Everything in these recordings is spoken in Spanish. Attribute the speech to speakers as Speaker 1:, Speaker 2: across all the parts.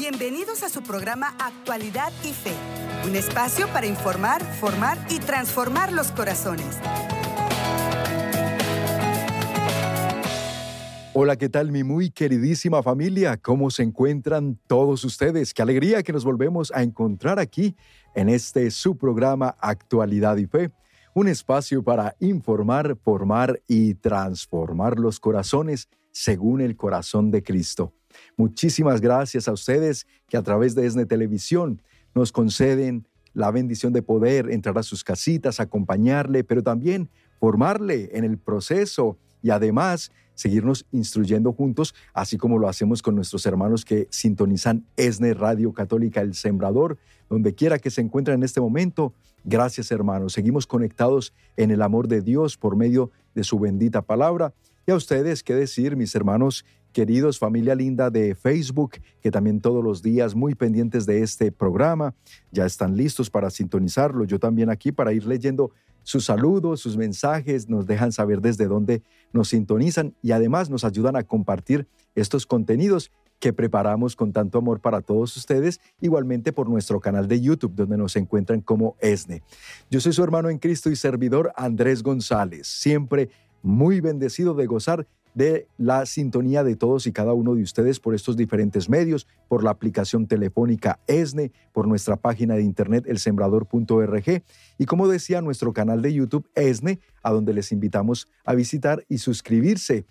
Speaker 1: Bienvenidos a su programa Actualidad y Fe, un espacio para informar, formar y transformar los corazones.
Speaker 2: Hola, ¿qué tal mi muy queridísima familia? ¿Cómo se encuentran todos ustedes? Qué alegría que nos volvemos a encontrar aquí en este su programa Actualidad y Fe, un espacio para informar, formar y transformar los corazones según el corazón de Cristo. Muchísimas gracias a ustedes que a través de ESNE Televisión nos conceden la bendición de poder entrar a sus casitas, acompañarle, pero también formarle en el proceso y además seguirnos instruyendo juntos, así como lo hacemos con nuestros hermanos que sintonizan ESNE Radio Católica El Sembrador, donde quiera que se encuentren en este momento. Gracias, hermanos. Seguimos conectados en el amor de Dios por medio de su bendita palabra. Y a ustedes, qué decir, mis hermanos queridos, familia linda de Facebook, que también todos los días muy pendientes de este programa, ya están listos para sintonizarlo. Yo también aquí para ir leyendo sus saludos, sus mensajes, nos dejan saber desde dónde nos sintonizan y además nos ayudan a compartir estos contenidos que preparamos con tanto amor para todos ustedes, igualmente por nuestro canal de YouTube, donde nos encuentran como ESNE. Yo soy su hermano en Cristo y servidor Andrés González, siempre muy bendecido de gozar de la sintonía de todos y cada uno de ustedes por estos diferentes medios, por la aplicación telefónica ESNE, por nuestra página de internet elsembrador.org y, como decía, nuestro canal de YouTube ESNE, a donde les invitamos a visitar y suscribirse.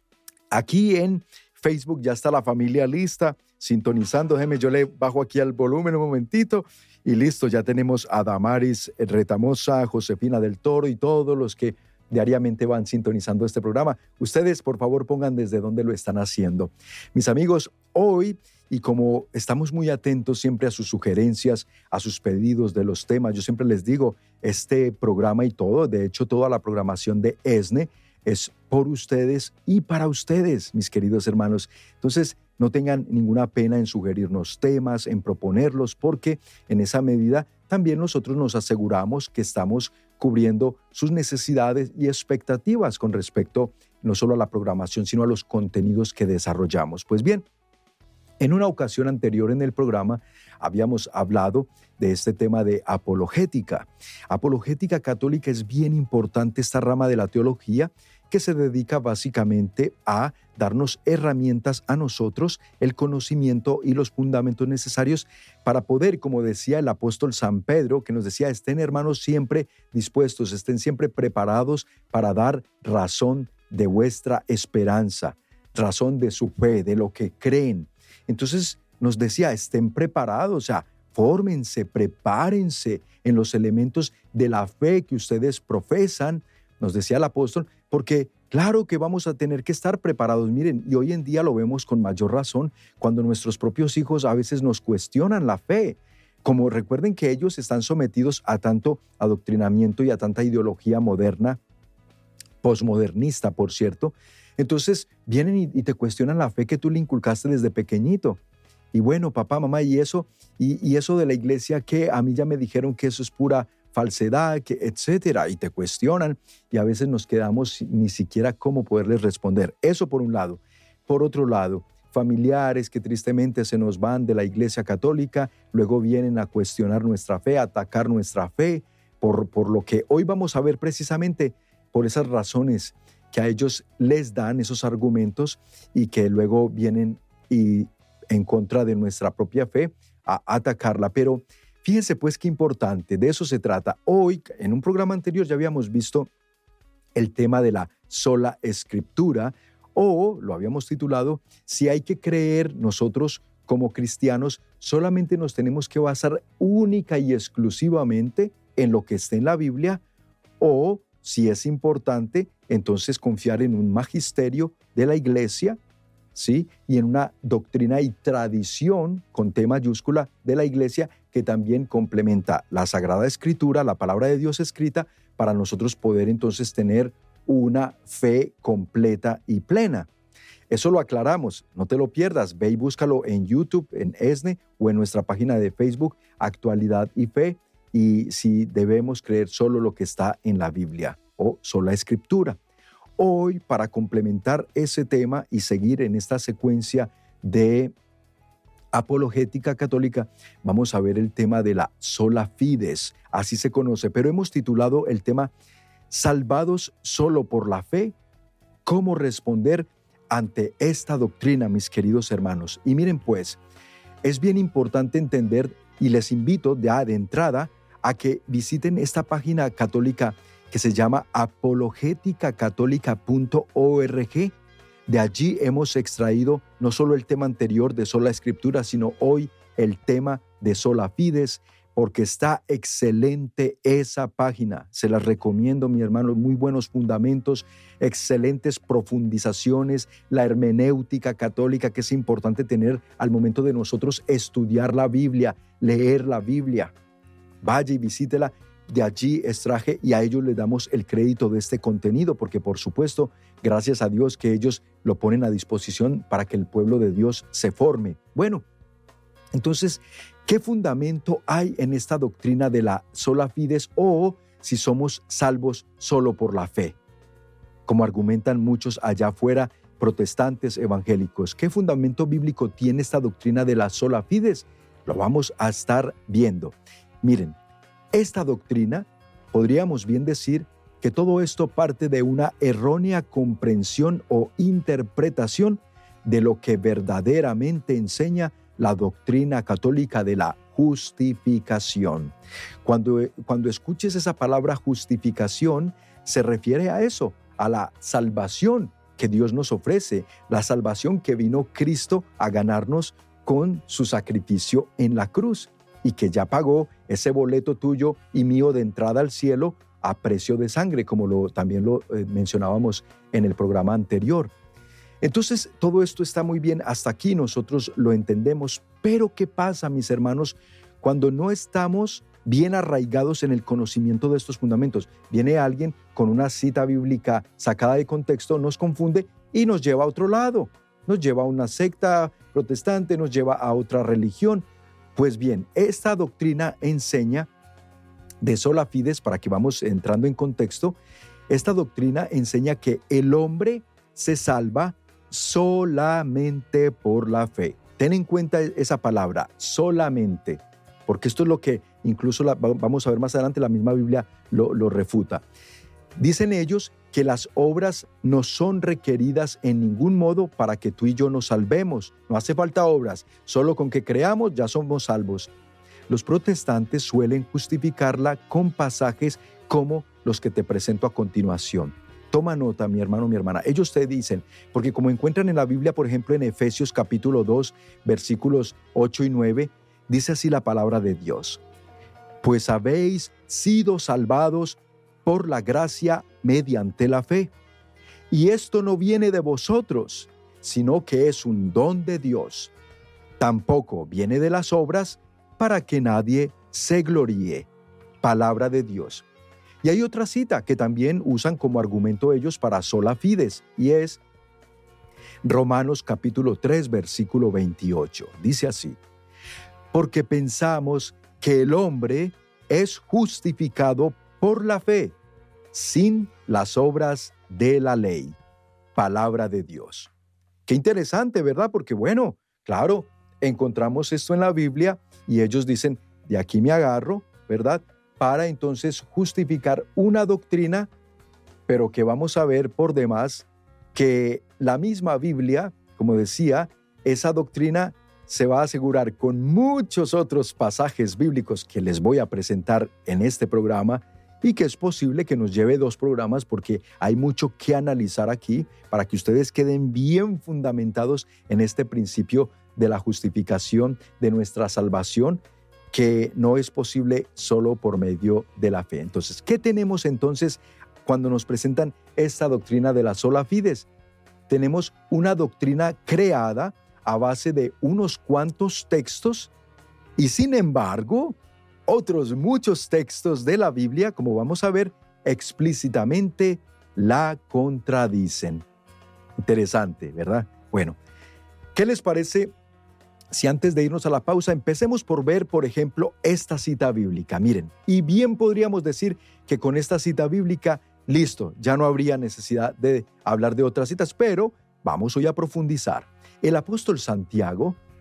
Speaker 2: Aquí en Facebook ya está la familia lista, sintonizando. Déjeme, yo le bajo aquí al volumen un momentito y listo, ya tenemos a Damaris Retamosa, Josefina del Toro y todos los que diariamente van sintonizando este programa. Ustedes, por favor, pongan desde dónde lo están haciendo. Mis amigos, hoy, y como estamos muy atentos siempre a sus sugerencias, a sus pedidos de los temas, yo siempre les digo, este programa y todo, de hecho, toda la programación de ESNE es por ustedes y para ustedes, mis queridos hermanos. Entonces, no tengan ninguna pena en sugerirnos temas, en proponerlos, porque en esa medida también nosotros nos aseguramos que estamos cubriendo sus necesidades y expectativas con respecto no solo a la programación, sino a los contenidos que desarrollamos. Pues bien, en una ocasión anterior en el programa habíamos hablado de este tema de apologética. Apologética católica es bien importante, esta rama de la teología que se dedica básicamente a darnos herramientas a nosotros, el conocimiento y los fundamentos necesarios para poder, como decía el apóstol San Pedro, que nos decía, estén hermanos siempre dispuestos, estén siempre preparados para dar razón de vuestra esperanza, razón de su fe, de lo que creen. Entonces nos decía, estén preparados, o sea, fórmense, prepárense en los elementos de la fe que ustedes profesan, nos decía el apóstol, porque claro que vamos a tener que estar preparados. Miren, y hoy en día lo vemos con mayor razón cuando nuestros propios hijos a veces nos cuestionan la fe. Como recuerden que ellos están sometidos a tanto adoctrinamiento y a tanta ideología moderna, posmodernista, por cierto. Entonces vienen y te cuestionan la fe que tú le inculcaste desde pequeñito. Y bueno, papá, mamá, y eso de la iglesia, que a mí ya me dijeron que eso es pura falsedad, que etcétera, y te cuestionan y a veces nos quedamos ni siquiera cómo poderles responder. Eso por un lado. Por otro lado, familiares que tristemente se nos van de la Iglesia Católica, luego vienen a cuestionar nuestra fe, a atacar nuestra fe, por lo que hoy vamos a ver precisamente por esas razones que a ellos les dan esos argumentos y que luego vienen y en contra de nuestra propia fe a atacarla. Pero fíjense pues qué importante, de eso se trata. Hoy, en un programa anterior ya habíamos visto el tema de la sola escritura, o lo habíamos titulado, si hay que creer nosotros como cristianos, solamente nos tenemos que basar única y exclusivamente en lo que está en la Biblia, o si es importante, entonces confiar en un magisterio de la Iglesia, ¿sí? Y en una doctrina y tradición con T mayúscula de la Iglesia que también complementa la Sagrada Escritura, la palabra de Dios escrita, para nosotros poder entonces tener una fe completa y plena. Eso lo aclaramos, no te lo pierdas, ve y búscalo en YouTube, en ESNE o en nuestra página de Facebook, Actualidad y Fe, y si debemos creer solo lo que está en la Biblia o sola Escritura. Hoy, para complementar ese tema y seguir en esta secuencia de apologética católica, vamos a ver el tema de la sola fides, así se conoce, pero hemos titulado el tema Salvados solo por la fe, ¿cómo responder ante esta doctrina, mis queridos hermanos? Y miren pues, es bien importante entender y les invito de entrada a que visiten esta página católica que se llama apologeticacatólica.org. De allí hemos extraído no solo el tema anterior de sola escritura, sino hoy el tema de sola fides, porque está excelente esa página. Se las recomiendo, mi hermano, muy buenos fundamentos, excelentes profundizaciones, la hermenéutica católica que es importante tener al momento de nosotros estudiar la Biblia, leer la Biblia. Vaya y visítela. De allí extraje y a ellos les damos el crédito de este contenido, porque por supuesto, gracias a Dios que ellos lo ponen a disposición para que el pueblo de Dios se forme. Bueno, entonces, ¿qué fundamento hay en esta doctrina de la sola fides o si somos salvos solo por la fe? Como argumentan muchos allá afuera, protestantes evangélicos. ¿Qué fundamento bíblico tiene esta doctrina de la sola fides? Lo vamos a estar viendo. Miren, esta doctrina, podríamos bien decir que todo esto parte de una errónea comprensión o interpretación de lo que verdaderamente enseña la doctrina católica de la justificación. Cuando escuches esa palabra justificación, se refiere a eso, a la salvación que Dios nos ofrece, la salvación que vino Cristo a ganarnos con su sacrificio en la cruz y que ya pagó ese boleto tuyo y mío de entrada al cielo a precio de sangre, como también lo mencionábamos en el programa anterior. Entonces, todo esto está muy bien, hasta aquí nosotros lo entendemos, pero ¿qué pasa, mis hermanos, cuando no estamos bien arraigados en el conocimiento de estos fundamentos? Viene alguien con una cita bíblica sacada de contexto, nos confunde y nos lleva a otro lado, nos lleva a una secta protestante, nos lleva a otra religión. Pues bien, esta doctrina enseña de sola fides, para que vamos entrando en contexto, esta doctrina enseña que el hombre se salva solamente por la fe. Ten en cuenta esa palabra, solamente, porque esto es lo que incluso vamos a ver más adelante, la misma Biblia lo refuta. Dicen ellos que las obras no son requeridas en ningún modo para que tú y yo nos salvemos. No hace falta obras, solo con que creamos ya somos salvos. Los protestantes suelen justificarla con pasajes como los que te presento a continuación. Toma nota, mi hermano, mi hermana. Ellos te dicen, porque como encuentran en la Biblia, por ejemplo, en Efesios capítulo 2, versículos 8 y 9, dice así la palabra de Dios. Pues habéis sido salvados por la gracia mediante la fe. Y esto no viene de vosotros, sino que es un don de Dios. Tampoco viene de las obras, para que nadie se gloríe. Palabra de Dios. Y hay otra cita que también usan como argumento ellos para sola fides, y es Romanos capítulo 3, versículo 28. Dice así: porque pensamos que el hombre es justificado por la fe, sin las obras de la ley. Palabra de Dios. Qué interesante, ¿verdad? Porque bueno, claro, encontramos esto en la Biblia y ellos dicen, de aquí me agarro, ¿verdad? Para entonces justificar una doctrina, pero que vamos a ver por demás que la misma Biblia, como decía, esa doctrina se va a asegurar con muchos otros pasajes bíblicos que les voy a presentar en este programa y que es posible que nos lleve 2 programas porque hay mucho que analizar aquí para que ustedes queden bien fundamentados en este principio de la justificación de nuestra salvación, que no es posible solo por medio de la fe. Entonces, ¿qué tenemos entonces cuando nos presentan esta doctrina de la sola fides? Tenemos una doctrina creada a base de unos cuantos textos y sin embargo, otros muchos textos de la Biblia, como vamos a ver, explícitamente la contradicen. Interesante, ¿verdad? Bueno, ¿qué les parece si antes de irnos a la pausa empecemos por ver, por ejemplo, esta cita bíblica? Miren, y bien podríamos decir que con esta cita bíblica, listo, ya no habría necesidad de hablar de otras citas, pero vamos hoy a profundizar. El apóstol Santiago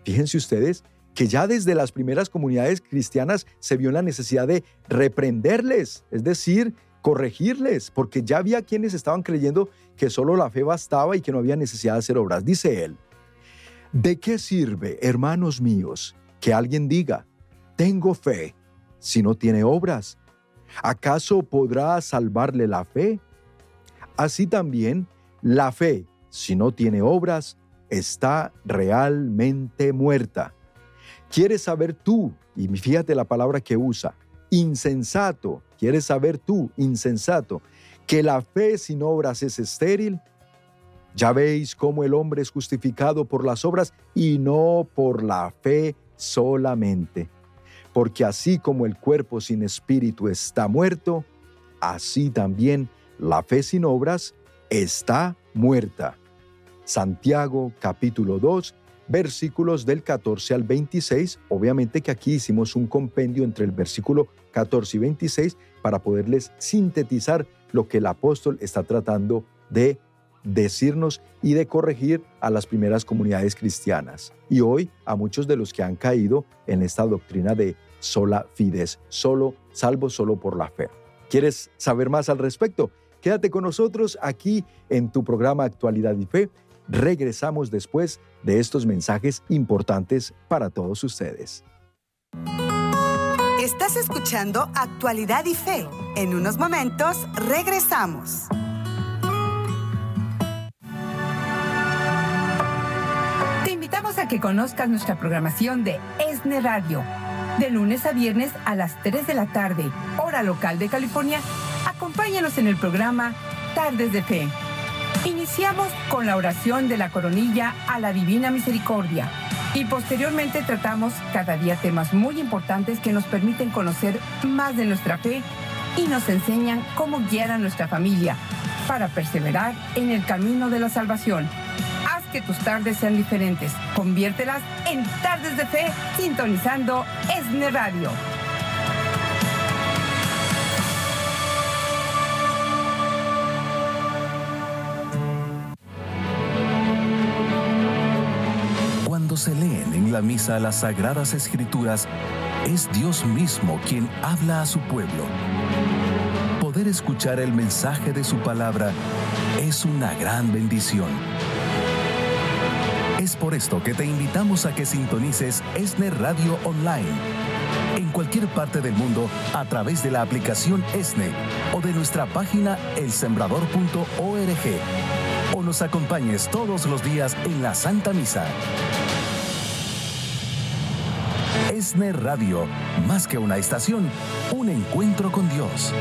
Speaker 2: Fíjense ustedes que ya desde las primeras comunidades cristianas se vio la necesidad de reprenderles, es decir, corregirles, porque ya había quienes estaban creyendo que solo la fe bastaba y que no había necesidad de hacer obras. Dice él: ¿de qué sirve, hermanos míos, que alguien diga, tengo fe, si no tiene obras? ¿Acaso podrá salvarle la fe? Así también, la fe, si no tiene obras, está realmente muerta. ¿Quieres saber tú? Y fíjate la palabra que usa, insensato. ¿Quieres saber tú, insensato, que la fe sin obras es estéril? Ya veis cómo el hombre es justificado por las obras y no por la fe solamente. Porque así como el cuerpo sin espíritu está muerto, así también la fe sin obras está muerta. Santiago capítulo 2, versículos del 14 al 26. Obviamente que aquí hicimos un compendio entre el versículo 14 y 26 para poderles sintetizar lo que el apóstol está tratando de decirnos y de corregir a las primeras comunidades cristianas. Y hoy a muchos de los que han caído en esta doctrina de sola fides, salvo solo por la fe. ¿Quieres saber más al respecto? Quédate con nosotros aquí en tu programa Actualidad y Fe. Regresamos después de estos mensajes importantes para todos ustedes.
Speaker 1: Estás escuchando Actualidad y Fe. En unos momentos regresamos.
Speaker 3: Te invitamos a que conozcas nuestra programación de ESNE Radio. De lunes a viernes a las 3 de la tarde, hora local de California, acompáñanos en el programa Tardes de Fe. Iniciamos con la oración de la coronilla a la Divina Misericordia y posteriormente tratamos cada día temas muy importantes que nos permiten conocer más de nuestra fe y nos enseñan cómo guiar a nuestra familia para perseverar en el camino de la salvación. Haz que tus tardes sean diferentes. Conviértelas en Tardes de Fe sintonizando ESNE Radio.
Speaker 4: Cuando se leen en la misa las Sagradas Escrituras, es Dios mismo quien habla a su pueblo. Poder escuchar el mensaje de su palabra es una gran bendición. Es por esto que te invitamos a que sintonices ESNE Radio Online en cualquier parte del mundo a través de la aplicación ESNE o de nuestra página elsembrador.org, o nos acompañes todos los días en la Santa Misa. ESNE Radio, más que una estación, un encuentro con Dios.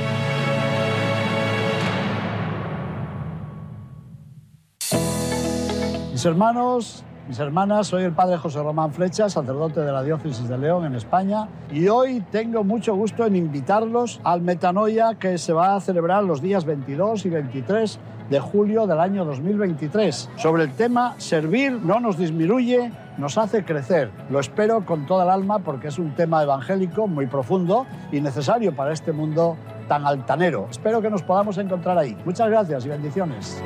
Speaker 5: Mis hermanos, mis hermanas, soy el padre José Román Flecha, sacerdote de la Diócesis de León en España, y hoy tengo mucho gusto en invitarlos al Metanoia que se va a celebrar los días 22 y 23 de julio del año 2023, sobre el tema Servir no nos disminuye, nos hace crecer. Lo espero con toda el alma porque es un tema evangélico muy profundo y necesario para este mundo tan altanero. Espero que nos podamos encontrar ahí. Muchas gracias y bendiciones.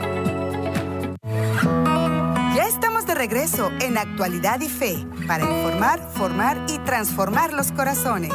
Speaker 1: Ya estamos de regreso en Actualidad y Fe para informar, formar y transformar los corazones.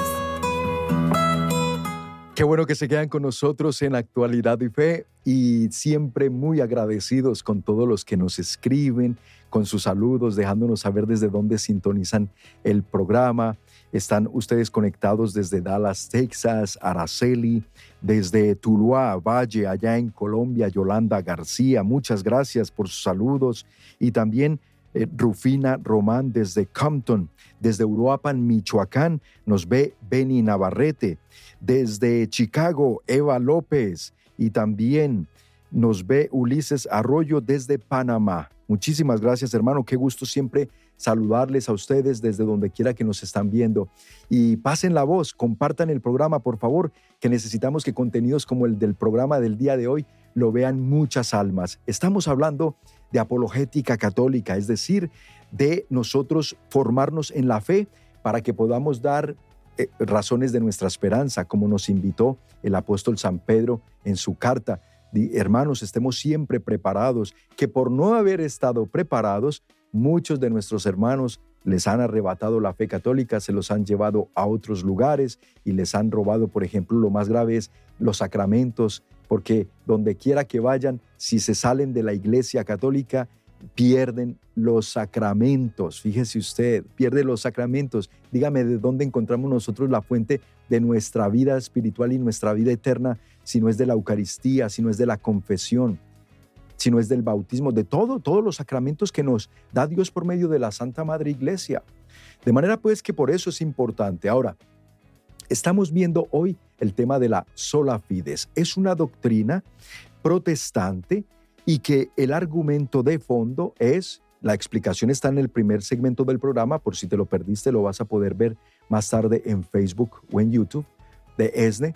Speaker 2: Qué bueno que se quedan con nosotros en Actualidad y Fe y siempre muy agradecidos con todos los que nos escriben, con sus saludos, dejándonos saber desde dónde sintonizan el programa. Están ustedes conectados desde Dallas, Texas, Araceli, desde Tuluá, Valle, allá en Colombia, Yolanda García. Muchas gracias por sus saludos. Y también Rufina Román desde Compton, desde Uruapan, Michoacán, nos ve Beni Navarrete. Desde Chicago, Eva López, y también nos ve Ulises Arroyo desde Panamá. Muchísimas gracias, hermano. Qué gusto siempre saludarles a ustedes desde donde quiera que nos están viendo. Y pasen la voz, compartan el programa, por favor, que necesitamos que contenidos como el del programa del día de hoy lo vean muchas almas. Estamos hablando de apologética católica, es decir, de nosotros formarnos en la fe para que podamos dar razones de nuestra esperanza, como nos invitó el apóstol San Pedro en su carta. Hermanos, estemos siempre preparados, que por no haber estado preparados, muchos de nuestros hermanos les han arrebatado la fe católica, se los han llevado a otros lugares y les han robado, por ejemplo, lo más grave es los sacramentos, porque donde quiera que vayan, si se salen de la Iglesia católica, pierden los sacramentos. Fíjese usted, pierde los sacramentos. Dígame, ¿de dónde encontramos nosotros la fuente de nuestra vida espiritual y nuestra vida eterna si no es de la Eucaristía, si no es de la confesión, si no es del bautismo, de todos los sacramentos que nos da Dios por medio de la Santa Madre Iglesia? De manera pues que por eso es importante. Ahora, estamos viendo hoy el tema de la sola fides. Es una doctrina protestante y que el argumento de fondo es, la explicación está en el primer segmento del programa, por si te lo perdiste lo vas a poder ver más tarde en Facebook o en YouTube, de ESNE,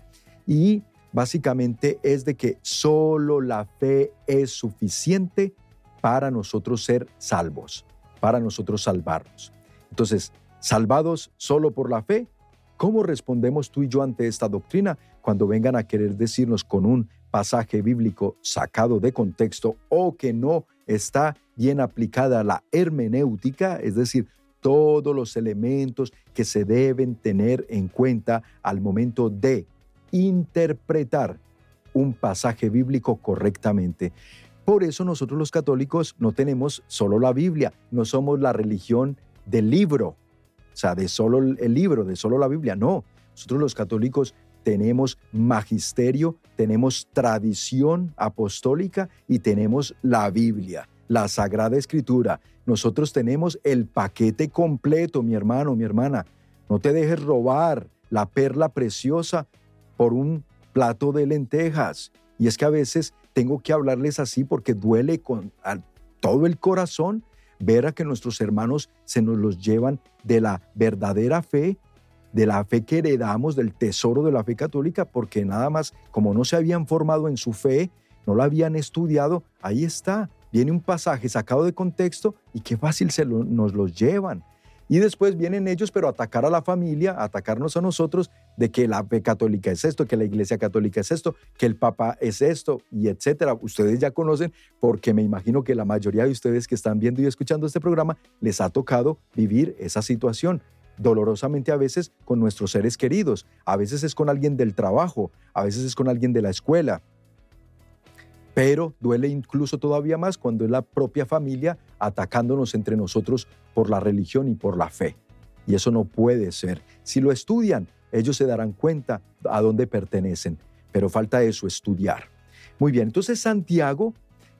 Speaker 2: y básicamente es de que solo la fe es suficiente para nosotros ser salvos, para nosotros salvarnos. Entonces, salvados solo por la fe, ¿cómo respondemos tú y yo ante esta doctrina cuando vengan a querer decirnos con un pasaje bíblico sacado de contexto o que no está bien aplicada la hermenéutica, es decir, todos los elementos que se deben tener en cuenta al momento de interpretar un pasaje bíblico correctamente? Por eso nosotros los católicos no tenemos solo la Biblia, no somos la religión del libro, o sea, de solo el libro, de solo la Biblia, no. Nosotros los católicos tenemos magisterio, tenemos tradición apostólica y tenemos la Biblia, la Sagrada Escritura. Nosotros tenemos el paquete completo, mi hermano, mi hermana. No te dejes robar la perla preciosa por un plato de lentejas. Y es que a veces tengo que hablarles así porque duele a todo el corazón ver a que nuestros hermanos se nos los llevan de la verdadera fe, de la fe que heredamos, del tesoro de la fe católica, porque nada más, como no se habían formado en su fe, no la habían estudiado, ahí está, viene un pasaje sacado de contexto y qué fácil nos los llevan. Y después vienen ellos, pero a atacar a la familia, a atacarnos a nosotros, de que la fe católica es esto, que la Iglesia católica es esto, que el Papa es esto, y etcétera. Ustedes ya conocen, porque me imagino que la mayoría de ustedes que están viendo y escuchando este programa, les ha tocado vivir esa situación. Dolorosamente a veces con nuestros seres queridos, a veces es con alguien del trabajo, a veces es con alguien de la escuela, pero duele incluso todavía más cuando es la propia familia atacándonos entre nosotros por la religión y por la fe. Y eso no puede ser. Si lo estudian, ellos se darán cuenta a dónde pertenecen, pero falta eso, estudiar. Muy bien, entonces Santiago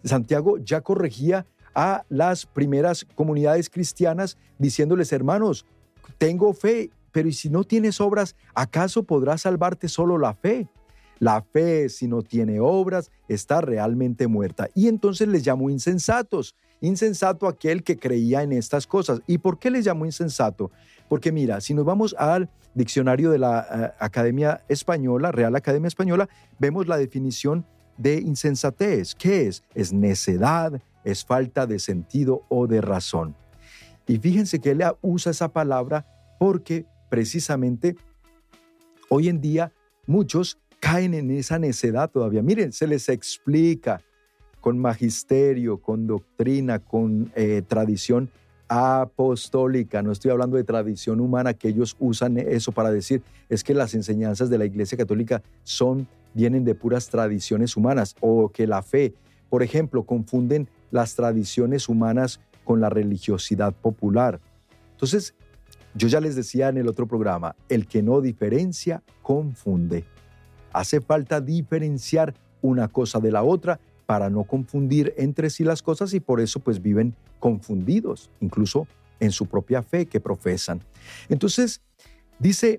Speaker 2: ya corregía a las primeras comunidades cristianas diciéndoles: hermanos, tengo fe, pero ¿y si no tienes obras, acaso podrá salvarte solo la fe? La fe, si no tiene obras, está realmente muerta. Y entonces les llamó insensatos. Insensato aquel que creía en estas cosas. ¿Y por qué les llamó insensato? Porque mira, si nos vamos al diccionario de la Academia Española, Real Academia Española, vemos la definición de insensatez. ¿Qué es? Es necedad, es falta de sentido o de razón. Y fíjense que él usa esa palabra porque precisamente hoy en día muchos caen en esa necedad todavía. Miren, se les explica con magisterio, con doctrina, con tradición apostólica. No estoy hablando de tradición humana, que ellos usan eso para decir, es que las enseñanzas de la Iglesia Católica vienen de puras tradiciones humanas, o que la fe, por ejemplo, confunden las tradiciones humanas con la religiosidad popular. Entonces, yo ya les decía en el otro programa, el que no diferencia, confunde. Hace falta diferenciar una cosa de la otra para no confundir entre sí las cosas y por eso pues viven confundidos, incluso en su propia fe que profesan. Entonces, dice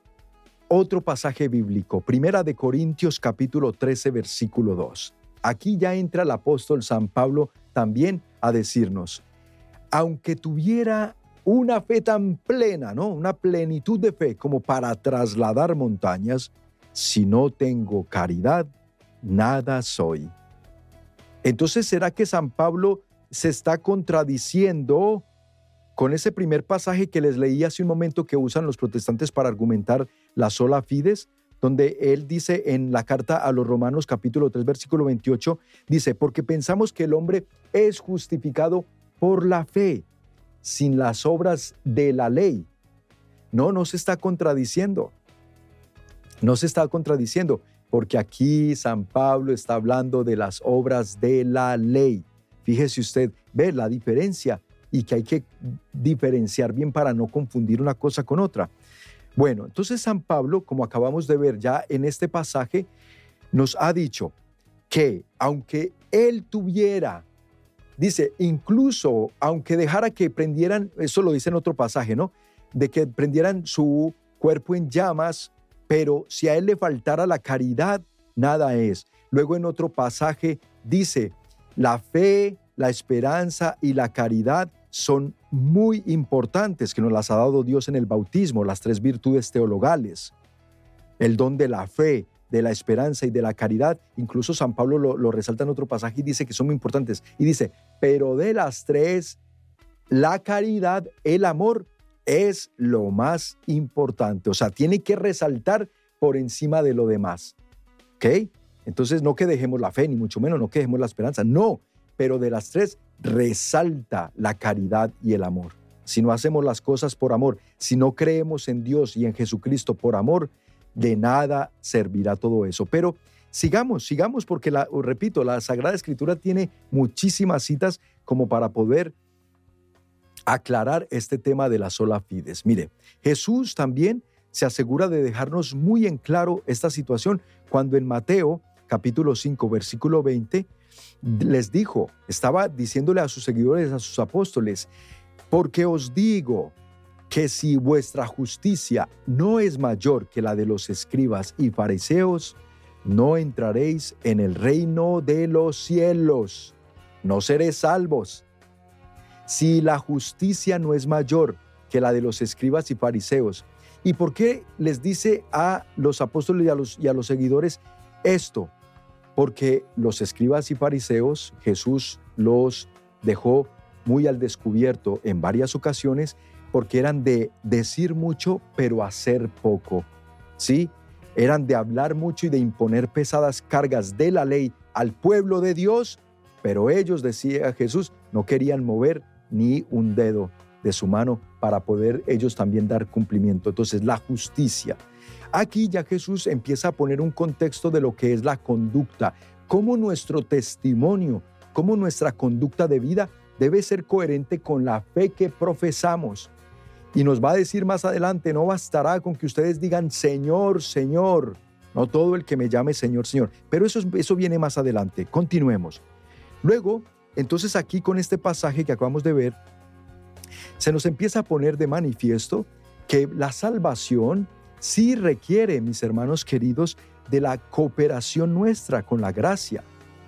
Speaker 2: otro pasaje bíblico, Primera de Corintios capítulo 13, versículo 2. Aquí ya entra el apóstol San Pablo también a decirnos, aunque tuviera una fe tan plena, ¿no? Una plenitud de fe como para trasladar montañas, si no tengo caridad, nada soy. Entonces, ¿será que San Pablo se está contradiciendo con ese primer pasaje que les leí hace un momento que usan los protestantes para argumentar la sola fides? Donde él dice en la carta a los Romanos capítulo 3, versículo 28, dice, porque pensamos que el hombre es justificado por la fe sin las obras de la ley. No se está contradiciendo. No se está contradiciendo, porque aquí San Pablo está hablando de las obras de la ley. Fíjese usted, ve la diferencia y que hay que diferenciar bien para no confundir una cosa con otra. Bueno, entonces San Pablo, como acabamos de ver ya en este pasaje, nos ha dicho que aunque él tuviera, dice, incluso aunque dejara que prendieran, eso lo dice en otro pasaje, ¿no? De que prendieran su cuerpo en llamas, pero si a él le faltara la caridad, nada es. Luego en otro pasaje dice, la fe, la esperanza y la caridad son muy importantes, que nos las ha dado Dios en el bautismo, las 3 virtudes teologales. El don de la fe, de la esperanza y de la caridad, incluso San Pablo lo resalta en otro pasaje y dice que son muy importantes. Y dice, pero de las 3, la caridad, el amor, es lo más importante. O sea, tiene que resaltar por encima de lo demás. ¿Ok? Entonces, no que dejemos la fe, ni mucho menos, no que dejemos la esperanza. No, pero de las 3, resalta la caridad y el amor. Si no hacemos las cosas por amor, si no creemos en Dios y en Jesucristo por amor, de nada servirá todo eso. Pero sigamos, porque repito, la Sagrada Escritura tiene muchísimas citas como para poder aclarar este tema de la sola fides. Mire, Jesús también se asegura de dejarnos muy en claro esta situación cuando en Mateo capítulo 5 versículo 20 les dijo, estaba diciéndole a sus seguidores, a sus apóstoles, porque os digo que si vuestra justicia no es mayor que la de los escribas y fariseos, no entraréis en el reino de los cielos, no seréis salvos. Si la justicia no es mayor que la de los escribas y fariseos. ¿Y por qué les dice a los apóstoles y a los seguidores esto? Porque los escribas y fariseos, Jesús los dejó muy al descubierto en varias ocasiones, porque eran de decir mucho, pero hacer poco, ¿sí? Eran de hablar mucho y de imponer pesadas cargas de la ley al pueblo de Dios, pero ellos, decía Jesús, no querían mover ni un dedo de su mano para poder ellos también dar cumplimiento. Entonces, la justicia. Aquí ya Jesús empieza a poner un contexto de lo que es la conducta, cómo nuestro testimonio, cómo nuestra conducta de vida debe ser coherente con la fe que profesamos. Y nos va a decir más adelante, no bastará con que ustedes digan Señor, Señor, no todo el que me llame Señor, Señor, pero eso viene más adelante. Continuemos. Luego, entonces aquí con este pasaje que acabamos de ver, se nos empieza a poner de manifiesto que la salvación sí requiere, mis hermanos queridos, de la cooperación nuestra con la gracia.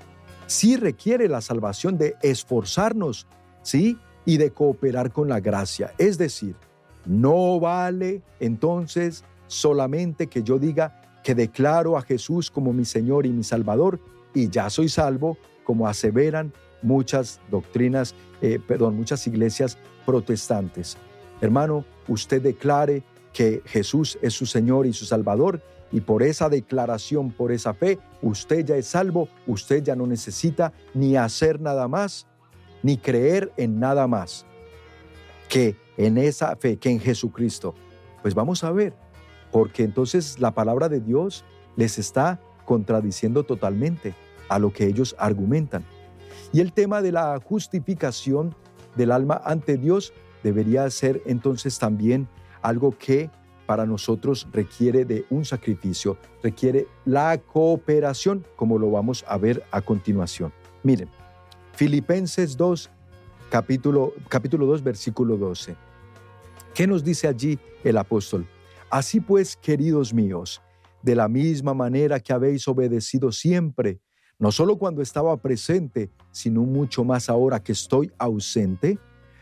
Speaker 2: Sí requiere la salvación de esforzarnos, ¿sí? Y de cooperar con la gracia. Es decir, no vale entonces solamente que yo diga que declaro a Jesús como mi Señor y mi Salvador y ya soy salvo, como aseveran muchas doctrinas, muchas iglesias protestantes. Hermano, usted declare que Jesús es su Señor y su Salvador, y por esa declaración, por esa fe, usted ya es salvo, usted ya no necesita ni hacer nada más, ni creer en nada más que en esa fe, que en Jesucristo. Pues vamos a ver, porque entonces la palabra de Dios les está contradiciendo totalmente a lo que ellos argumentan. Y el tema de la justificación del alma ante Dios debería ser entonces también algo que para nosotros requiere de un sacrificio, requiere la cooperación, como lo vamos a ver a continuación. Miren, Filipenses 2, capítulo 2, versículo 12. ¿Qué nos dice allí el apóstol? Así pues, queridos míos, de la misma manera que habéis obedecido siempre, no solo cuando estaba presente, sino mucho más ahora que estoy ausente,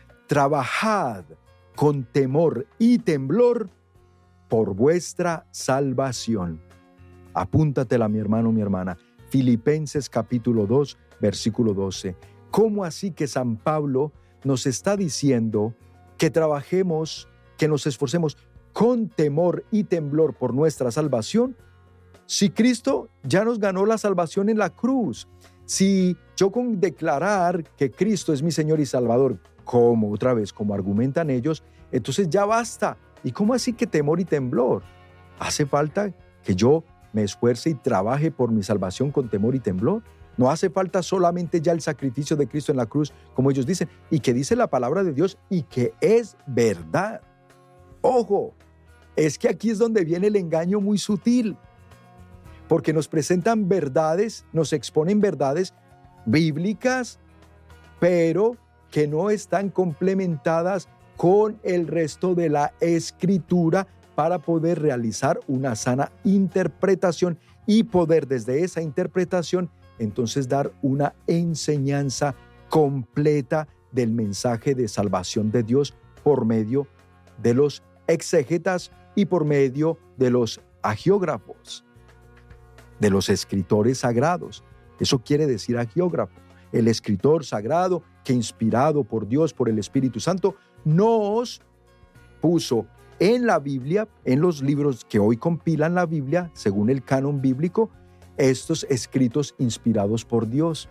Speaker 2: trabajad con temor y temblor por vuestra salvación. Apúntatela, mi hermano, mi hermana. Filipenses capítulo 2, versículo 12. ¿Cómo así que San Pablo nos está diciendo que trabajemos, que nos esforcemos con temor y temblor por nuestra salvación? Si Cristo ya nos ganó la salvación en la cruz, si yo con declarar que Cristo es mi Señor y Salvador, como argumentan ellos, entonces ya basta. ¿Y cómo así que temor y temblor? ¿Hace falta que yo me esfuerce y trabaje por mi salvación con temor y temblor? No hace falta solamente ya el sacrificio de Cristo en la cruz, como ellos dicen, y que dice la palabra de Dios y que es verdad. Ojo, es que aquí es donde viene el engaño muy sutil, porque nos presentan verdades, nos exponen verdades bíblicas, pero que no están complementadas con el resto de la Escritura para poder realizar una sana interpretación y poder desde esa interpretación entonces dar una enseñanza completa del mensaje de salvación de Dios por medio de los exégetas y por medio de los agiógrafos, de los escritores sagrados. Eso quiere decir agiógrafo, el escritor sagrado que inspirado por Dios, por el Espíritu Santo, nos puso en la Biblia, en los libros que hoy compilan la Biblia, según el canon bíblico, estos escritos inspirados por Dios.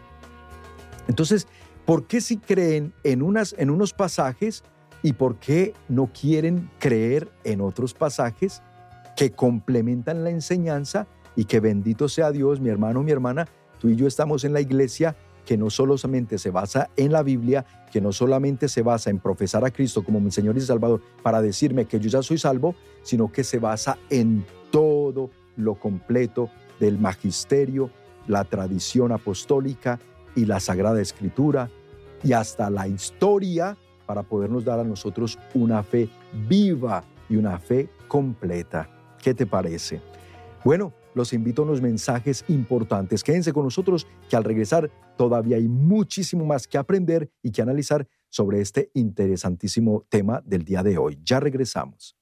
Speaker 2: Entonces, ¿por qué sí creen en unos pasajes y por qué no quieren creer en otros pasajes que complementan la enseñanza? Y que bendito sea Dios, mi hermano, mi hermana, tú y yo estamos en la iglesia que no solamente se basa en la Biblia, que no solamente se basa en profesar a Cristo como mi Señor y Salvador para decirme que yo ya soy salvo, sino que se basa en todo lo completo del magisterio, la tradición apostólica y la Sagrada Escritura y hasta la historia para podernos dar a nosotros una fe viva y una fe completa. ¿Qué te parece? Bueno, los invito a unos mensajes importantes. Quédense con nosotros que al regresar todavía hay muchísimo más que aprender y que analizar sobre este interesantísimo tema del día de hoy. Ya regresamos.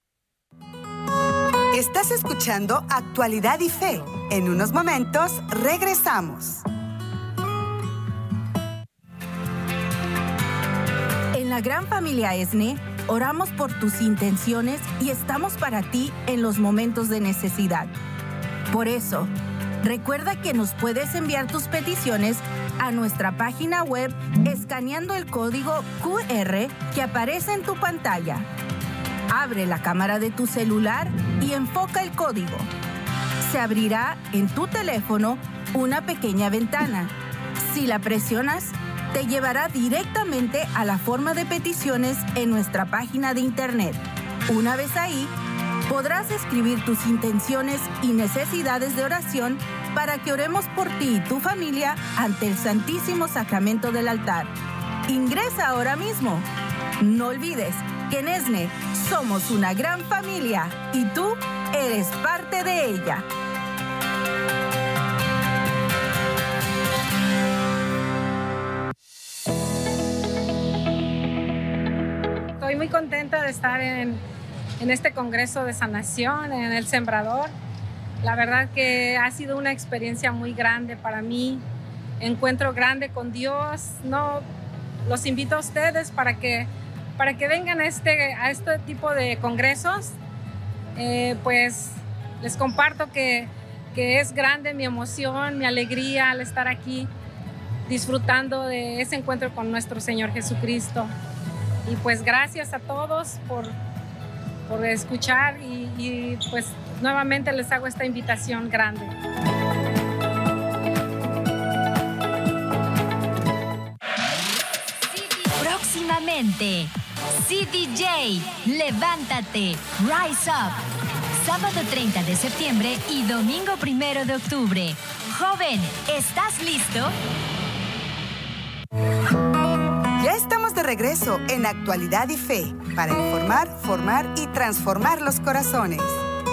Speaker 1: Estás escuchando Actualidad y Fe. En unos momentos regresamos.
Speaker 6: En la gran familia ESNE, oramos por tus intenciones y estamos para ti en los momentos de necesidad. Por eso, recuerda que nos puedes enviar tus peticiones a nuestra página web escaneando el código QR que aparece en tu pantalla. Abre la cámara de tu celular y enfoca el código. Se abrirá en tu teléfono una pequeña ventana. Si la presionas, te llevará directamente a la forma de peticiones en nuestra página de internet. Una vez ahí, podrás escribir tus intenciones y necesidades de oración para que oremos por ti y tu familia ante el Santísimo Sacramento del altar. Ingresa ahora mismo. No olvides que en ESNE somos una gran familia y tú eres parte de ella.
Speaker 7: Estoy muy contenta de estar en este Congreso de Sanación, en El Sembrador. La verdad que ha sido una experiencia muy grande para mí, encuentro grande con Dios. No, los invito a ustedes para que vengan a este tipo de congresos. Pues les comparto que es grande mi emoción, mi alegría al estar aquí disfrutando de ese encuentro con nuestro Señor Jesucristo. Y pues gracias a todos por escuchar y pues nuevamente les hago esta invitación grande.
Speaker 8: Próximamente, CDJ, levántate, Rise Up. Sábado 30 de septiembre y domingo 1 de octubre. Joven, ¿estás listo?
Speaker 1: Ya estamos de regreso en Actualidad y Fe para informar, formar y transformar los corazones.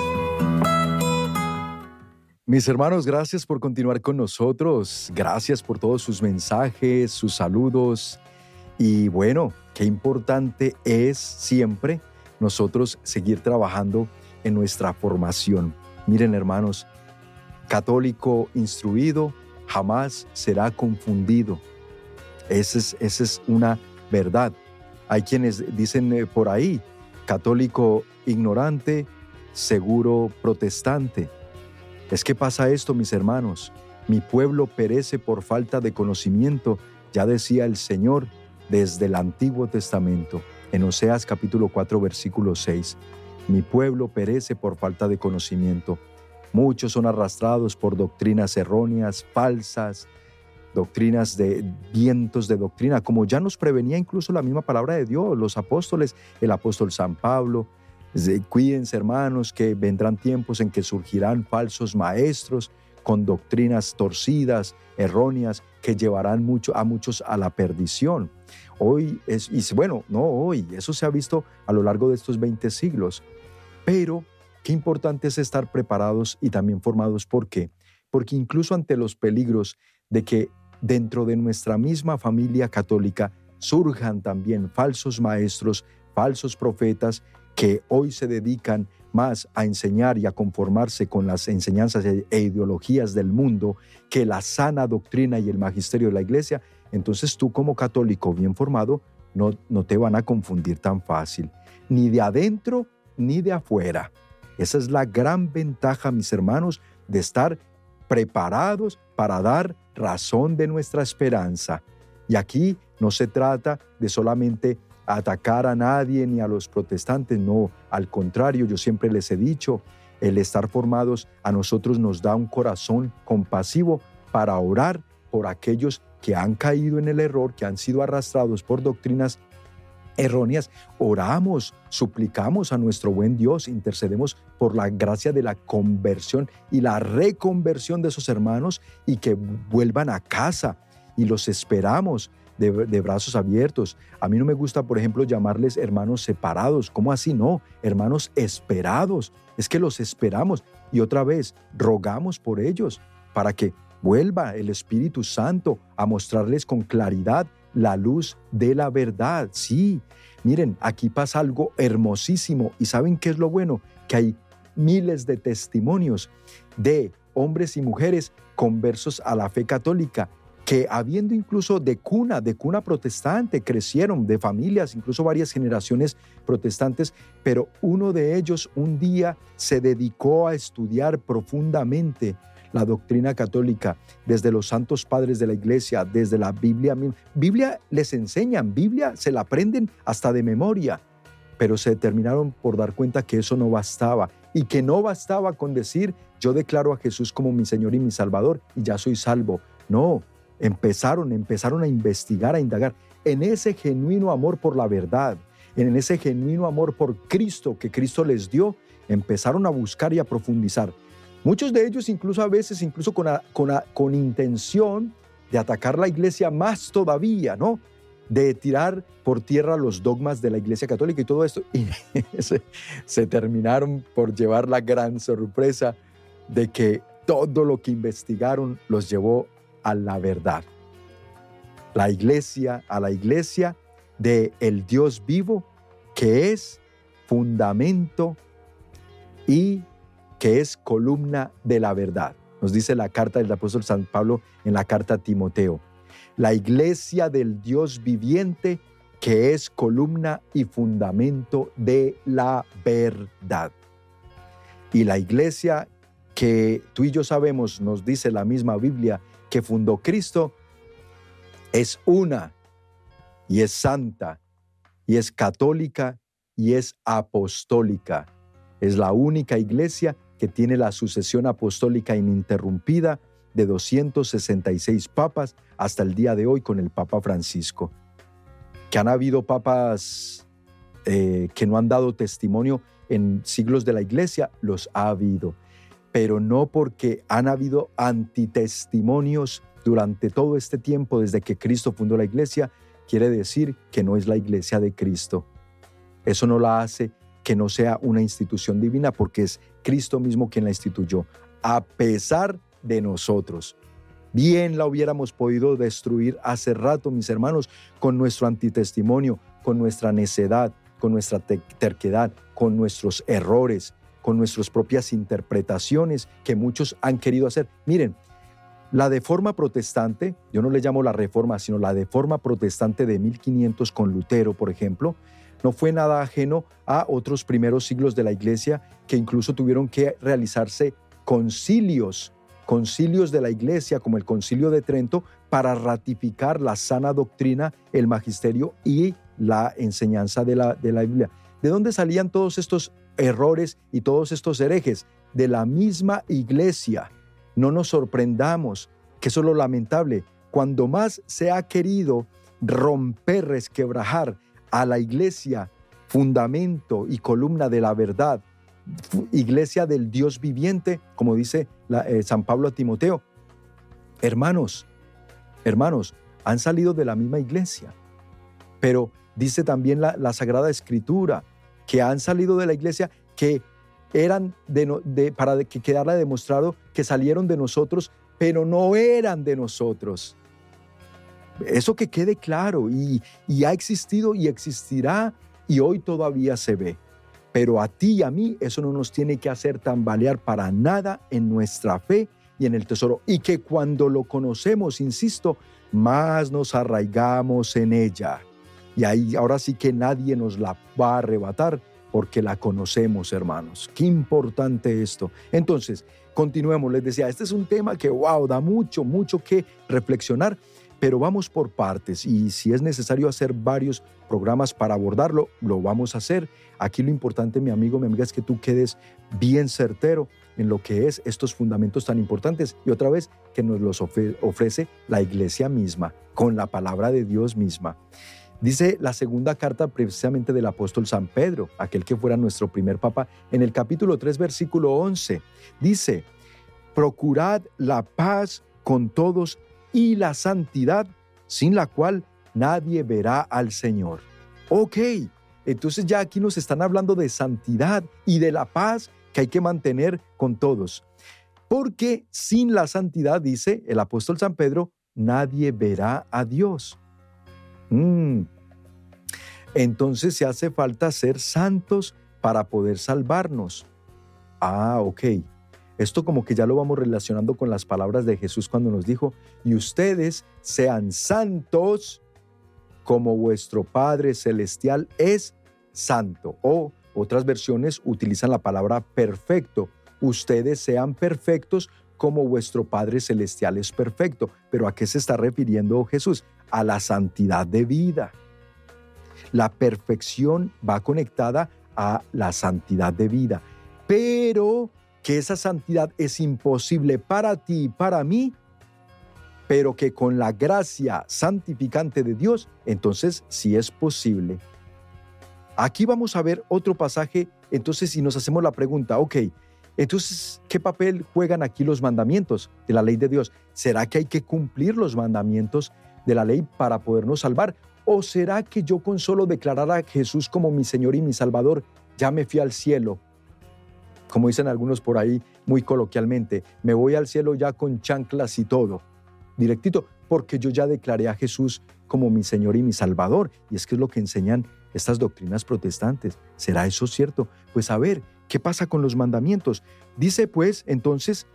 Speaker 2: Mis hermanos, gracias por continuar con nosotros. Gracias por todos sus mensajes, sus saludos. Y bueno, qué importante es siempre nosotros seguir trabajando en nuestra formación. Miren, hermanos, católico instruido jamás será confundido. Esa es una verdad. Hay quienes dicen por ahí, católico ignorante, seguro protestante. Es que pasa esto, mis hermanos. Mi pueblo perece por falta de conocimiento, ya decía el Señor, desde el Antiguo Testamento. En Oseas capítulo 4, versículo 6. Mi pueblo perece por falta de conocimiento. Muchos son arrastrados por doctrinas erróneas, falsas, doctrinas de vientos de doctrina, como ya nos prevenía incluso la misma palabra de Dios, los apóstoles, el apóstol San Pablo. Cuídense, hermanos, que vendrán tiempos en que surgirán falsos maestros con doctrinas torcidas, erróneas, que llevarán a muchos a la perdición. Eso se ha visto a lo largo de estos 20 siglos. Pero qué importante es estar preparados y también formados. ¿Por qué? Porque incluso ante los peligros de que dentro de nuestra misma familia católica surjan también falsos maestros, falsos profetas, que hoy se dedican más a enseñar y a conformarse con las enseñanzas e ideologías del mundo que la sana doctrina y el magisterio de la Iglesia, entonces tú como católico bien formado no te van a confundir tan fácil, ni de adentro ni de afuera. Esa es la gran ventaja, mis hermanos, de estar preparados para dar razón de nuestra esperanza. Y aquí no se trata de solamente atacar a nadie ni a los protestantes, no, al contrario, yo siempre les he dicho, el estar formados a nosotros nos da un corazón compasivo para orar por aquellos que han caído en el error, que han sido arrastrados por doctrinas erróneas. Oramos, suplicamos a nuestro buen Dios, intercedemos por la gracia de la conversión y la reconversión de esos hermanos y que vuelvan a casa, y los esperamos de brazos abiertos. A mí no me gusta, por ejemplo, llamarles hermanos separados. ¿Cómo así? No, hermanos esperados. Es que los esperamos y otra vez rogamos por ellos para que vuelva el Espíritu Santo a mostrarles con claridad la luz de la verdad. Sí, miren, aquí pasa algo hermosísimo. ¿Y saben qué es lo bueno? Que hay miles de testimonios de hombres y mujeres conversos a la fe católica, que habiendo incluso de cuna protestante, crecieron de familias, incluso varias generaciones protestantes, pero uno de ellos un día se dedicó a estudiar profundamente la doctrina católica, desde los santos padres de la Iglesia, desde la Biblia. Biblia les enseñan, Biblia se la aprenden hasta de memoria, pero se determinaron por dar cuenta que eso no bastaba, y que no bastaba con decir, yo declaro a Jesús como mi Señor y mi Salvador, y ya soy salvo. No, empezaron a investigar, a indagar en ese genuino amor por la verdad, en ese genuino amor por Cristo que Cristo les dio. Empezaron a buscar y a profundizar. Muchos de ellos incluso a veces con intención de atacar la Iglesia más todavía, ¿no? De tirar por tierra los dogmas de la Iglesia Católica y todo esto. Y se terminaron por llevar la gran sorpresa de que todo lo que investigaron los llevó a la verdad. A la iglesia de el Dios vivo, que es fundamento y que es columna de la verdad. Nos dice la carta del apóstol San Pablo en la carta a Timoteo. La iglesia del Dios viviente, que es columna y fundamento de la verdad. Y la iglesia que tú y yo sabemos, nos dice la misma Biblia, que fundó Cristo, es una, y es santa, y es católica, y es apostólica. Es la única iglesia que tiene la sucesión apostólica ininterrumpida de 266 papas hasta el día de hoy con el Papa Francisco. Que han habido papas que no han dado testimonio en siglos de la iglesia, los ha habido, pero no porque han habido antitestimonios durante todo este tiempo desde que Cristo fundó la iglesia, quiere decir que no es la iglesia de Cristo. Eso no la hace que no sea una institución divina, porque es Cristo mismo quien la instituyó, a pesar de nosotros. Bien la hubiéramos podido destruir hace rato, mis hermanos, con nuestro antitestimonio, con nuestra necedad, con nuestra terquedad, con nuestros errores, con nuestras propias interpretaciones que muchos han querido hacer. Miren, la Reforma protestante, yo no le llamo la Reforma, sino la Reforma protestante de 1500 con Lutero, por ejemplo, no fue nada ajeno a otros primeros siglos de la Iglesia, que incluso tuvieron que realizarse concilios concilios de la iglesia, como el Concilio de Trento, para ratificar la sana doctrina, el magisterio y la enseñanza de la Biblia. ¿De dónde salían todos estos errores y todos estos herejes? De la misma iglesia. No nos sorprendamos, que eso es lo lamentable. Cuando más se ha querido romper, resquebrajar a la iglesia, fundamento y columna de la verdad, iglesia del Dios viviente, como dice San Pablo a Timoteo, hermanos, han salido de la misma iglesia. Pero dice también la Sagrada Escritura que han salido de la iglesia, que eran para que quedara demostrado que salieron de nosotros, pero no eran de nosotros. Eso que quede claro, y ha existido y existirá, y hoy todavía se ve. Pero a ti y a mí eso no nos tiene que hacer tambalear para nada en nuestra fe y en el tesoro. Y que cuando lo conocemos, insisto, más nos arraigamos en ella. Y ahí ahora sí que nadie nos la va a arrebatar porque la conocemos, hermanos. Qué importante esto. Entonces, continuemos. Les decía, este es un tema que, da mucho que reflexionar. Pero vamos por partes, y si es necesario hacer varios programas para abordarlo, lo vamos a hacer. Aquí lo importante, mi amigo, mi amiga, es que tú quedes bien certero en lo que es estos fundamentos tan importantes, y otra vez que nos los ofrece la iglesia misma, con la palabra de Dios misma. Dice la segunda carta precisamente del apóstol San Pedro, aquel que fuera nuestro primer papa, en el capítulo 3, versículo 11, dice: procurad la paz con todos y la santidad, sin la cual nadie verá al Señor. Ok, entonces ya aquí nos están hablando de santidad y de la paz que hay que mantener con todos. Porque sin la santidad, dice el apóstol San Pedro, nadie verá a Dios. Entonces se hace falta ser santos para poder salvarnos. Ok. Esto como que ya lo vamos relacionando con las palabras de Jesús cuando nos dijo: y ustedes sean santos como vuestro Padre Celestial es santo. O otras versiones utilizan la palabra perfecto. Ustedes sean perfectos como vuestro Padre Celestial es perfecto. ¿Pero a qué se está refiriendo Jesús? A la santidad de vida. La perfección va conectada a la santidad de vida. Pero que esa santidad es imposible para ti y para mí, pero que con la gracia santificante de Dios, entonces sí es posible. Aquí vamos a ver otro pasaje, entonces si nos hacemos la pregunta, entonces, ¿qué papel juegan aquí los mandamientos de la ley de Dios? ¿Será que hay que cumplir los mandamientos de la ley para podernos salvar? ¿O será que yo con solo declarar a Jesús como mi Señor y mi Salvador, ya me fui al cielo? Como dicen algunos por ahí muy coloquialmente, me voy al cielo ya con chanclas y todo, directito, porque yo ya declaré a Jesús como mi Señor y mi Salvador. Y es que es lo que enseñan estas doctrinas protestantes. ¿Será eso cierto? Pues a ver, ¿qué pasa con los mandamientos? Dice pues, entonces,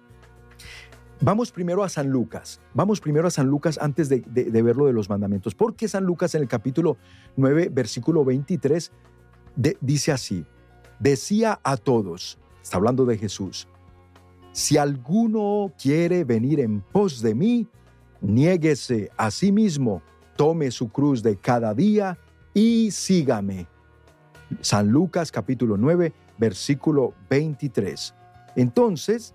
Speaker 2: vamos primero a San Lucas. Antes de ver lo de los mandamientos. Porque San Lucas en el capítulo 9, versículo 23, dice así: decía a todos, está hablando de Jesús, si alguno quiere venir en pos de mí, niéguese a sí mismo, tome su cruz de cada día y sígame. San Lucas capítulo 9, versículo 23. Entonces,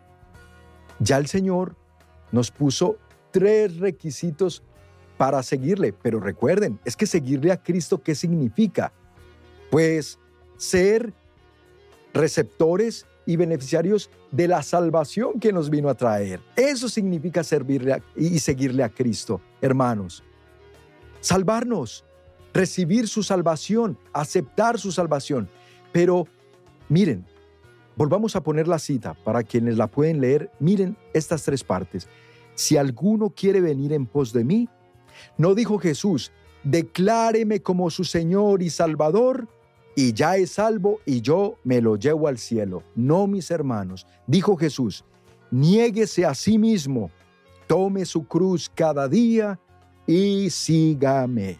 Speaker 2: ya el Señor nos puso 3 requisitos para seguirle, pero recuerden, es que seguirle a Cristo, ¿qué significa? Pues ser receptores y beneficiarios de la salvación que nos vino a traer. Eso significa servirle y seguirle a Cristo, hermanos. Salvarnos, recibir su salvación, aceptar su salvación. Pero miren, volvamos a poner la cita para quienes la pueden leer. Miren estas 3 partes. Si alguno quiere venir en pos de mí, no dijo Jesús, decláreme como su Señor y Salvador, y ya es salvo y yo me lo llevo al cielo. No, mis hermanos, dijo Jesús, niéguese a sí mismo, tome su cruz cada día y sígame.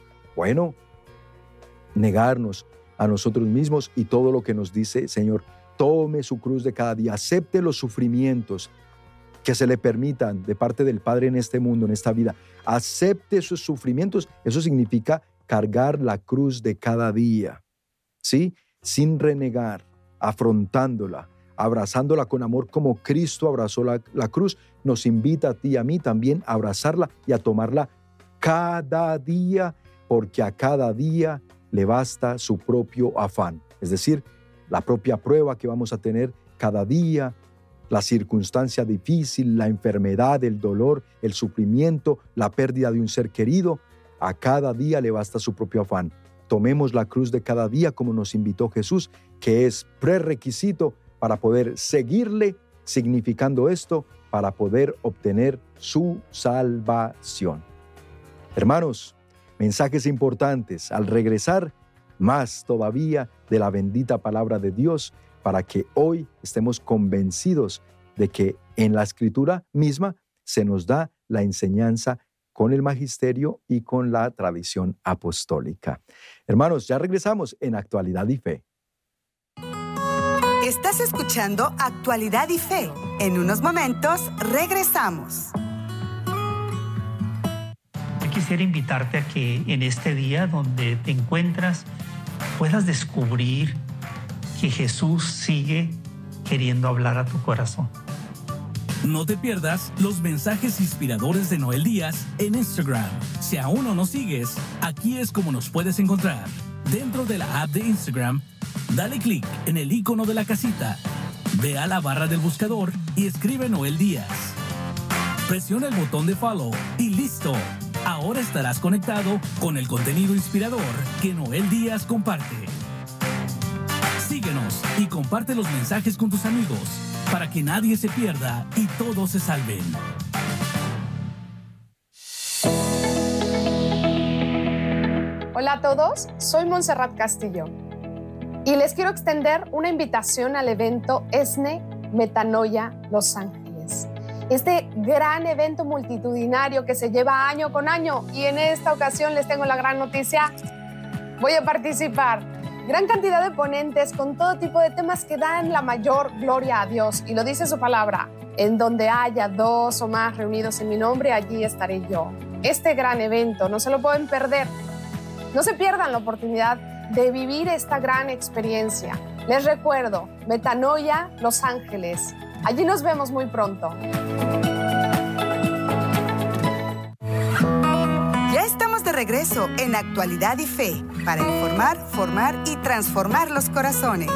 Speaker 2: Bueno, negarnos a nosotros mismos y todo lo que nos dice, Señor, tome su cruz de cada día, acepte los sufrimientos que se le permitan de parte del Padre en este mundo, en esta vida. Acepte esos sufrimientos. Eso significa cargar la cruz de cada día, ¿sí? Sin renegar, afrontándola, abrazándola con amor como Cristo abrazó la cruz. Nos invita a ti y a mí también a abrazarla y a tomarla cada día, porque a cada día le basta su propio afán. Es decir, la propia prueba que vamos a tener cada día, la circunstancia difícil, la enfermedad, el dolor, el sufrimiento, la pérdida de un ser querido, a cada día le basta su propio afán. Tomemos la cruz de cada día como nos invitó Jesús, que es prerequisito para poder seguirle, significando esto, para poder obtener su salvación. Hermanos, mensajes importantes. Al regresar, más todavía de la bendita palabra de Dios, para que hoy estemos convencidos de que en la Escritura misma se nos da la enseñanza con el magisterio y con la tradición apostólica. Hermanos, ya regresamos en Actualidad y Fe.
Speaker 1: Estás escuchando Actualidad y Fe. En unos momentos regresamos.
Speaker 9: Yo quisiera invitarte a que en este día donde te encuentras puedas descubrir que Jesús sigue queriendo hablar a tu corazón.
Speaker 10: No te pierdas los mensajes inspiradores de Noel Díaz en Instagram. Si aún no nos sigues, aquí es como nos puedes encontrar. Dentro de la app de Instagram, dale clic en el icono de la casita, ve a la barra del buscador y escribe Noel Díaz. Presiona el botón de follow y listo. Ahora estarás conectado con el contenido inspirador que Noel Díaz comparte. Síguenos y comparte los mensajes con tus amigos para que nadie se pierda y todos se salven.
Speaker 11: Hola a todos, soy Montserrat Castillo y les quiero extender una invitación al evento ESNE Metanoia Los Ángeles. Este gran evento multitudinario que se lleva año con año, y en esta ocasión les tengo la gran noticia, voy a participar. Gran cantidad de ponentes con todo tipo de temas que dan la mayor gloria a Dios, y lo dice su palabra: en donde haya 2 o más reunidos en mi nombre, allí estaré yo. Este gran evento no se lo pueden perder. No se pierdan la oportunidad de vivir esta gran experiencia. Les recuerdo, Metanoia Los Ángeles. Allí nos vemos muy pronto.
Speaker 1: Ya estamos de regreso en Actualidad y Fe, para informar, formar y transformar los corazones.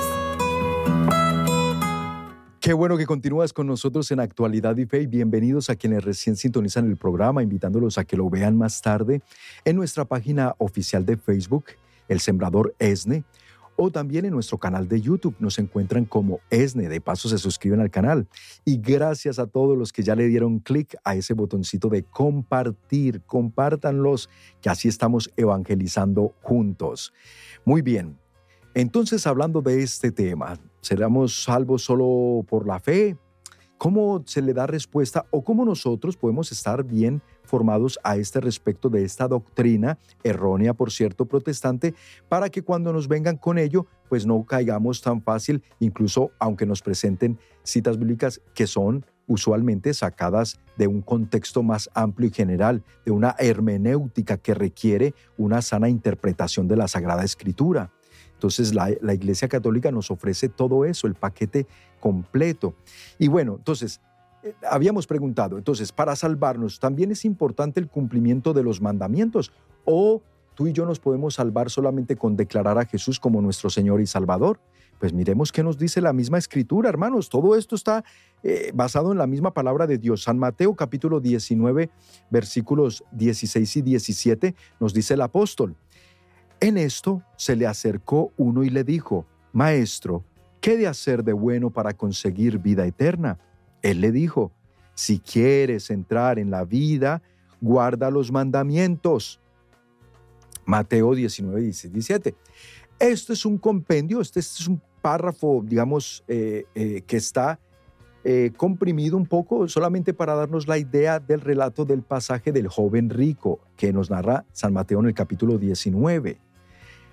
Speaker 2: Qué bueno que continúas con nosotros en Actualidad y Fe, y bienvenidos a quienes recién sintonizan el programa, invitándolos a que lo vean más tarde en nuestra página oficial de Facebook, El Sembrador ESNE, o también en nuestro canal de YouTube. Nos encuentran como ESNE. De paso se suscriben al canal. Y gracias a todos los que ya le dieron clic a ese botoncito de compartir. Compártanlos, que así estamos evangelizando juntos. Muy bien. Entonces, hablando de este tema, ¿seremos salvos solo por la fe? ¿Cómo se le da respuesta o cómo nosotros podemos estar bien formados a este respecto de esta doctrina, errónea por cierto, protestante, para que cuando nos vengan con ello, pues no caigamos tan fácil, incluso aunque nos presenten citas bíblicas que son usualmente sacadas de un contexto más amplio y general, de una hermenéutica que requiere una sana interpretación de la Sagrada Escritura? Entonces la Iglesia Católica nos ofrece todo eso, el paquete completo. Y bueno, entonces, habíamos preguntado, entonces, para salvarnos, ¿también es importante el cumplimiento de los mandamientos? ¿O tú y yo nos podemos salvar solamente con declarar a Jesús como nuestro Señor y Salvador? Pues miremos qué nos dice la misma Escritura, hermanos. Todo esto está basado en la misma palabra de Dios. San Mateo capítulo 19, versículos 16 y 17, nos dice el apóstol: en esto se le acercó uno y le dijo: Maestro, ¿qué he de hacer de bueno para conseguir vida eterna? Él le dijo: si quieres entrar en la vida, guarda los mandamientos. Mateo 19, 16, 17. Esto es un compendio, este es un párrafo, digamos, que está comprimido un poco solamente para darnos la idea del relato del pasaje del joven rico que nos narra San Mateo en el capítulo 19.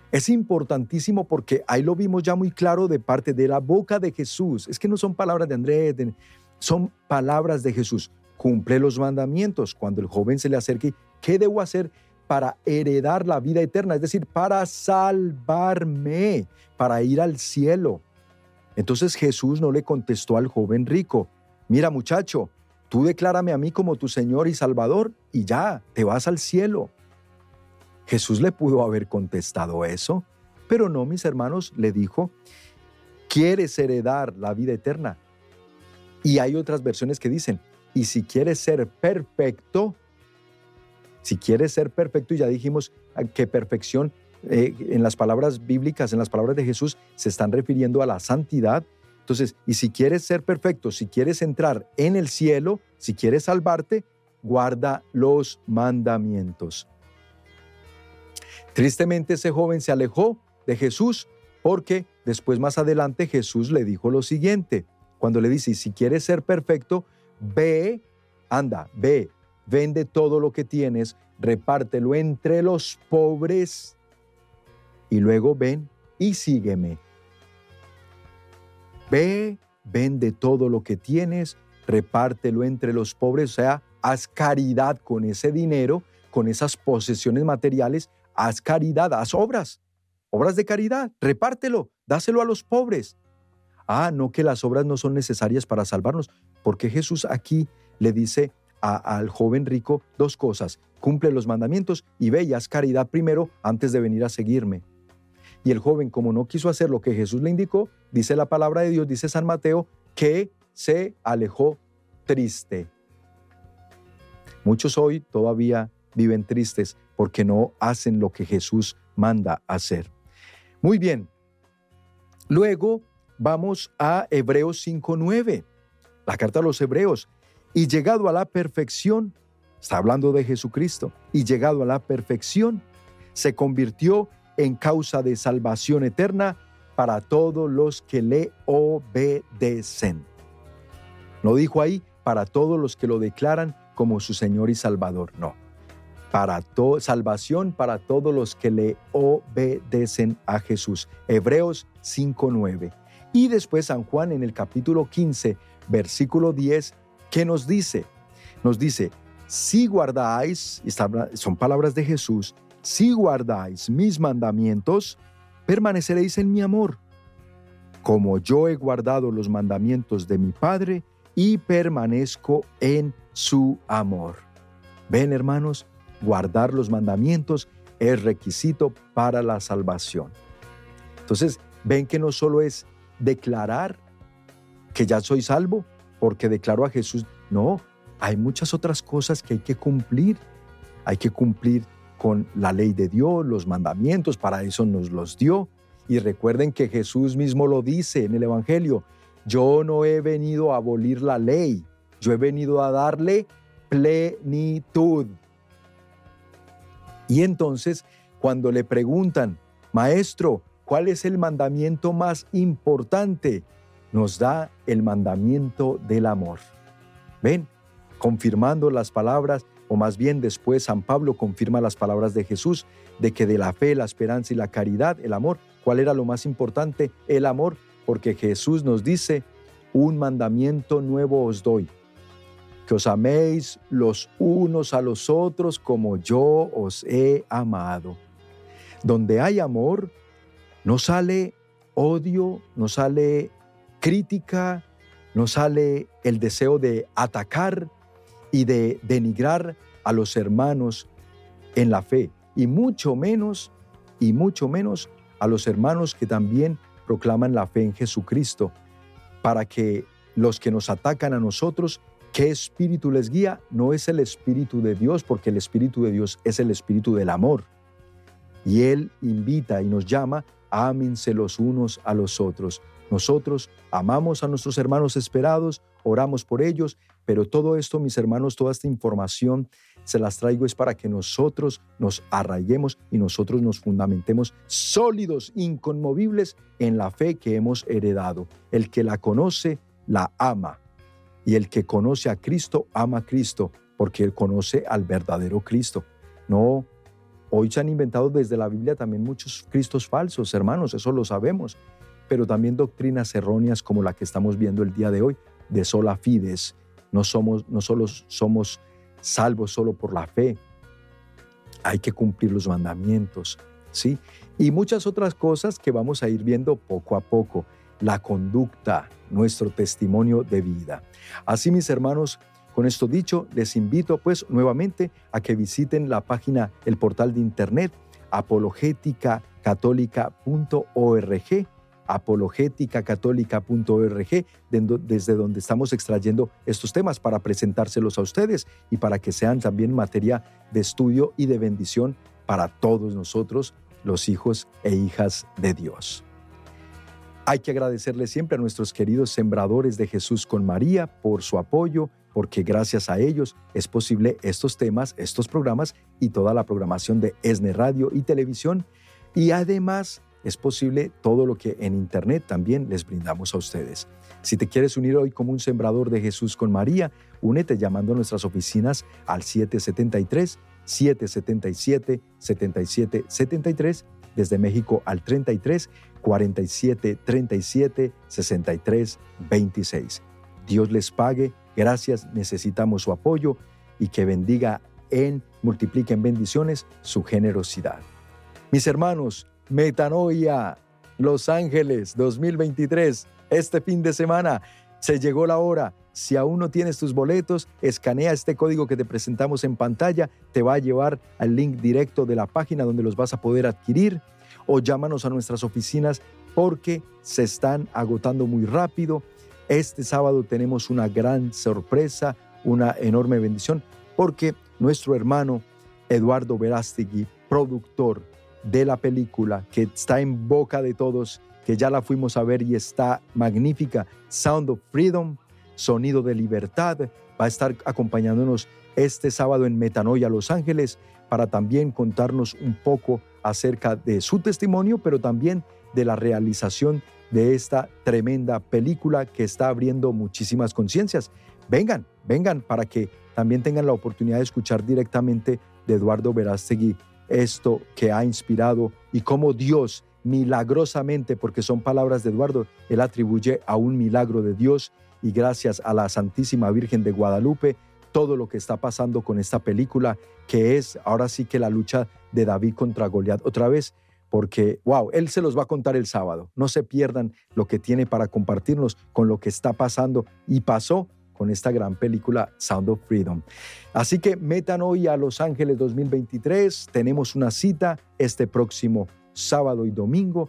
Speaker 2: Es importantísimo porque ahí lo vimos ya muy claro de parte de la boca de Jesús. Es que no son palabras de Andrés, son palabras de Jesús. Cumple los mandamientos. Cuando el joven se le acerque, ¿qué debo hacer para heredar la vida eterna? Es decir, para salvarme, para ir al cielo. Entonces Jesús no le contestó al joven rico, mira muchacho, tú declárame a mí como tu Señor y Salvador y ya, te vas al cielo. Jesús le pudo haber contestado eso, pero no, mis hermanos, le dijo, ¿quieres heredar la vida eterna? Y hay otras versiones que dicen, y si quieres ser perfecto, y ya dijimos que perfección en las palabras bíblicas, en las palabras de Jesús, se están refiriendo a la santidad. Entonces, y si quieres ser perfecto, si quieres entrar en el cielo, si quieres salvarte, guarda los mandamientos. Tristemente ese joven se alejó de Jesús porque después más adelante Jesús le dijo lo siguiente, cuando le dice, si quieres ser perfecto, ve, vende todo lo que tienes, repártelo entre los pobres y luego ven y sígueme. Ve, vende todo lo que tienes, repártelo entre los pobres, o sea, haz caridad con ese dinero, con esas posesiones materiales, haz caridad, haz obras de caridad, repártelo, dáselo a los pobres. No, que las obras no son necesarias para salvarnos, porque Jesús aquí le dice al joven rico dos cosas, cumple los mandamientos y ve y haz caridad primero antes de venir a seguirme. Y el joven, como no quiso hacer lo que Jesús le indicó, dice la palabra de Dios, dice San Mateo, que se alejó triste. Muchos hoy todavía viven tristes porque no hacen lo que Jesús manda hacer. Muy bien. Luego vamos a Hebreos 5:9, la carta a los Hebreos. Y llegado a la perfección, está hablando de Jesucristo, y llegado a la perfección, se convirtió en causa de salvación eterna para todos los que le obedecen. No dijo ahí para todos los que lo declaran como su Señor y Salvador, no. Salvación para todos los que le obedecen a Jesús. Hebreos 5:9. Y después San Juan en el capítulo 15, versículo 10, ¿qué nos dice? Nos dice, si guardáis, son palabras de Jesús, si guardáis mis mandamientos, permaneceréis en mi amor, como yo he guardado los mandamientos de mi Padre y permanezco en su amor. Ven, hermanos, guardar los mandamientos es requisito para la salvación. Entonces, ven que no solo es declarar que ya soy salvo porque declaro a Jesús. No, hay muchas otras cosas que hay que cumplir. Hay que cumplir con la ley de Dios, los mandamientos, para eso nos los dio. Y recuerden que Jesús mismo lo dice en el Evangelio, yo no he venido a abolir la ley, yo he venido a darle plenitud. Y entonces, cuando le preguntan, Maestro, ¿cuál es el mandamiento más importante? Nos da el mandamiento del amor. ¿Ven? Confirmando las palabras, o más bien después San Pablo confirma las palabras de Jesús, de que de la fe, la esperanza y la caridad, el amor, ¿cuál era lo más importante? El amor, porque Jesús nos dice, un mandamiento nuevo os doy, que os améis los unos a los otros como yo os he amado. Donde hay amor, no sale odio, no sale crítica, no sale el deseo de atacar y de denigrar a los hermanos en la fe, y mucho menos a los hermanos que también proclaman la fe en Jesucristo, para que los que nos atacan a nosotros, ¿qué espíritu les guía? No es el espíritu de Dios, porque el espíritu de Dios es el espíritu del amor. Y Él invita y nos llama, ámense los unos a los otros. Nosotros amamos a nuestros hermanos esperados, oramos por ellos, pero todo esto, mis hermanos, toda esta información se las traigo es para que nosotros nos arraiguemos y nosotros nos fundamentemos sólidos, inconmovibles en la fe que hemos heredado. El que la conoce, la ama. Y el que conoce a Cristo, ama a Cristo, porque él conoce al verdadero Cristo. No Hoy se han inventado desde la Biblia también muchos cristos falsos, hermanos, eso lo sabemos, pero también doctrinas erróneas como la que estamos viendo el día de hoy, de sola fides. No solo somos salvos solo por la fe, hay que cumplir los mandamientos, ¿sí? Y muchas otras cosas que vamos a ir viendo poco a poco. La conducta, nuestro testimonio de vida. Así, mis hermanos, con esto dicho, les invito pues nuevamente a que visiten la página, el portal de internet apologeticacatólica.org, apologeticacatólica.org, desde donde estamos extrayendo estos temas para presentárselos a ustedes y para que sean también materia de estudio y de bendición para todos nosotros, los hijos e hijas de Dios. Hay que agradecerle siempre a nuestros queridos sembradores de Jesús con María por su apoyo, porque gracias a ellos es posible estos temas, estos programas y toda la programación de ESNE Radio y Televisión. Y además es posible todo lo que en Internet también les brindamos a ustedes. Si te quieres unir hoy como un sembrador de Jesús con María, únete llamando a nuestras oficinas al 773-777-7773, desde México al 33 47 37 63 26. Dios les pague, gracias, necesitamos su apoyo y que bendiga multiplique en bendiciones su generosidad. Mis hermanos, Metanoia, Los Ángeles 2023, este fin de semana, se llegó la hora. Si aún no tienes tus boletos, escanea este código que te presentamos en pantalla, te va a llevar al link directo de la página donde los vas a poder adquirir, o llámanos a nuestras oficinas porque se están agotando muy rápido. Este sábado tenemos una gran sorpresa, una enorme bendición, porque nuestro hermano Eduardo Verástegui, productor de la película que está en boca de todos, que ya la fuimos a ver y está magnífica, Sound of Freedom, Sonido de Libertad, va a estar acompañándonos este sábado en Metanoia, Los Ángeles, para también contarnos un poco acerca de su testimonio, pero también de la realización de esta tremenda película que está abriendo muchísimas conciencias. Vengan para que también tengan la oportunidad de escuchar directamente de Eduardo Verástegui esto que ha inspirado y cómo Dios milagrosamente, porque son palabras de Eduardo, él atribuye a un milagro de Dios y gracias a la Santísima Virgen de Guadalupe, todo lo que está pasando con esta película, que es ahora sí que la lucha de David contra Goliat otra vez, porque, él se los va a contar el sábado. No se pierdan lo que tiene para compartirnos con lo que está pasando y pasó con esta gran película Sound of Freedom. Así que Metanoia Los Ángeles 2023, tenemos una cita este próximo sábado y domingo.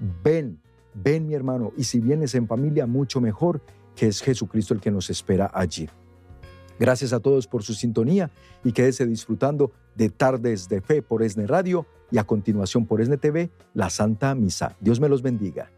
Speaker 2: Ven mi hermano, y si vienes en familia, mucho mejor, que es Jesucristo el que nos espera allí. Gracias a todos por su sintonía y quédese disfrutando de Tardes de Fe por ESNE Radio y a continuación por ESNE TV, la Santa Misa. Dios me los bendiga.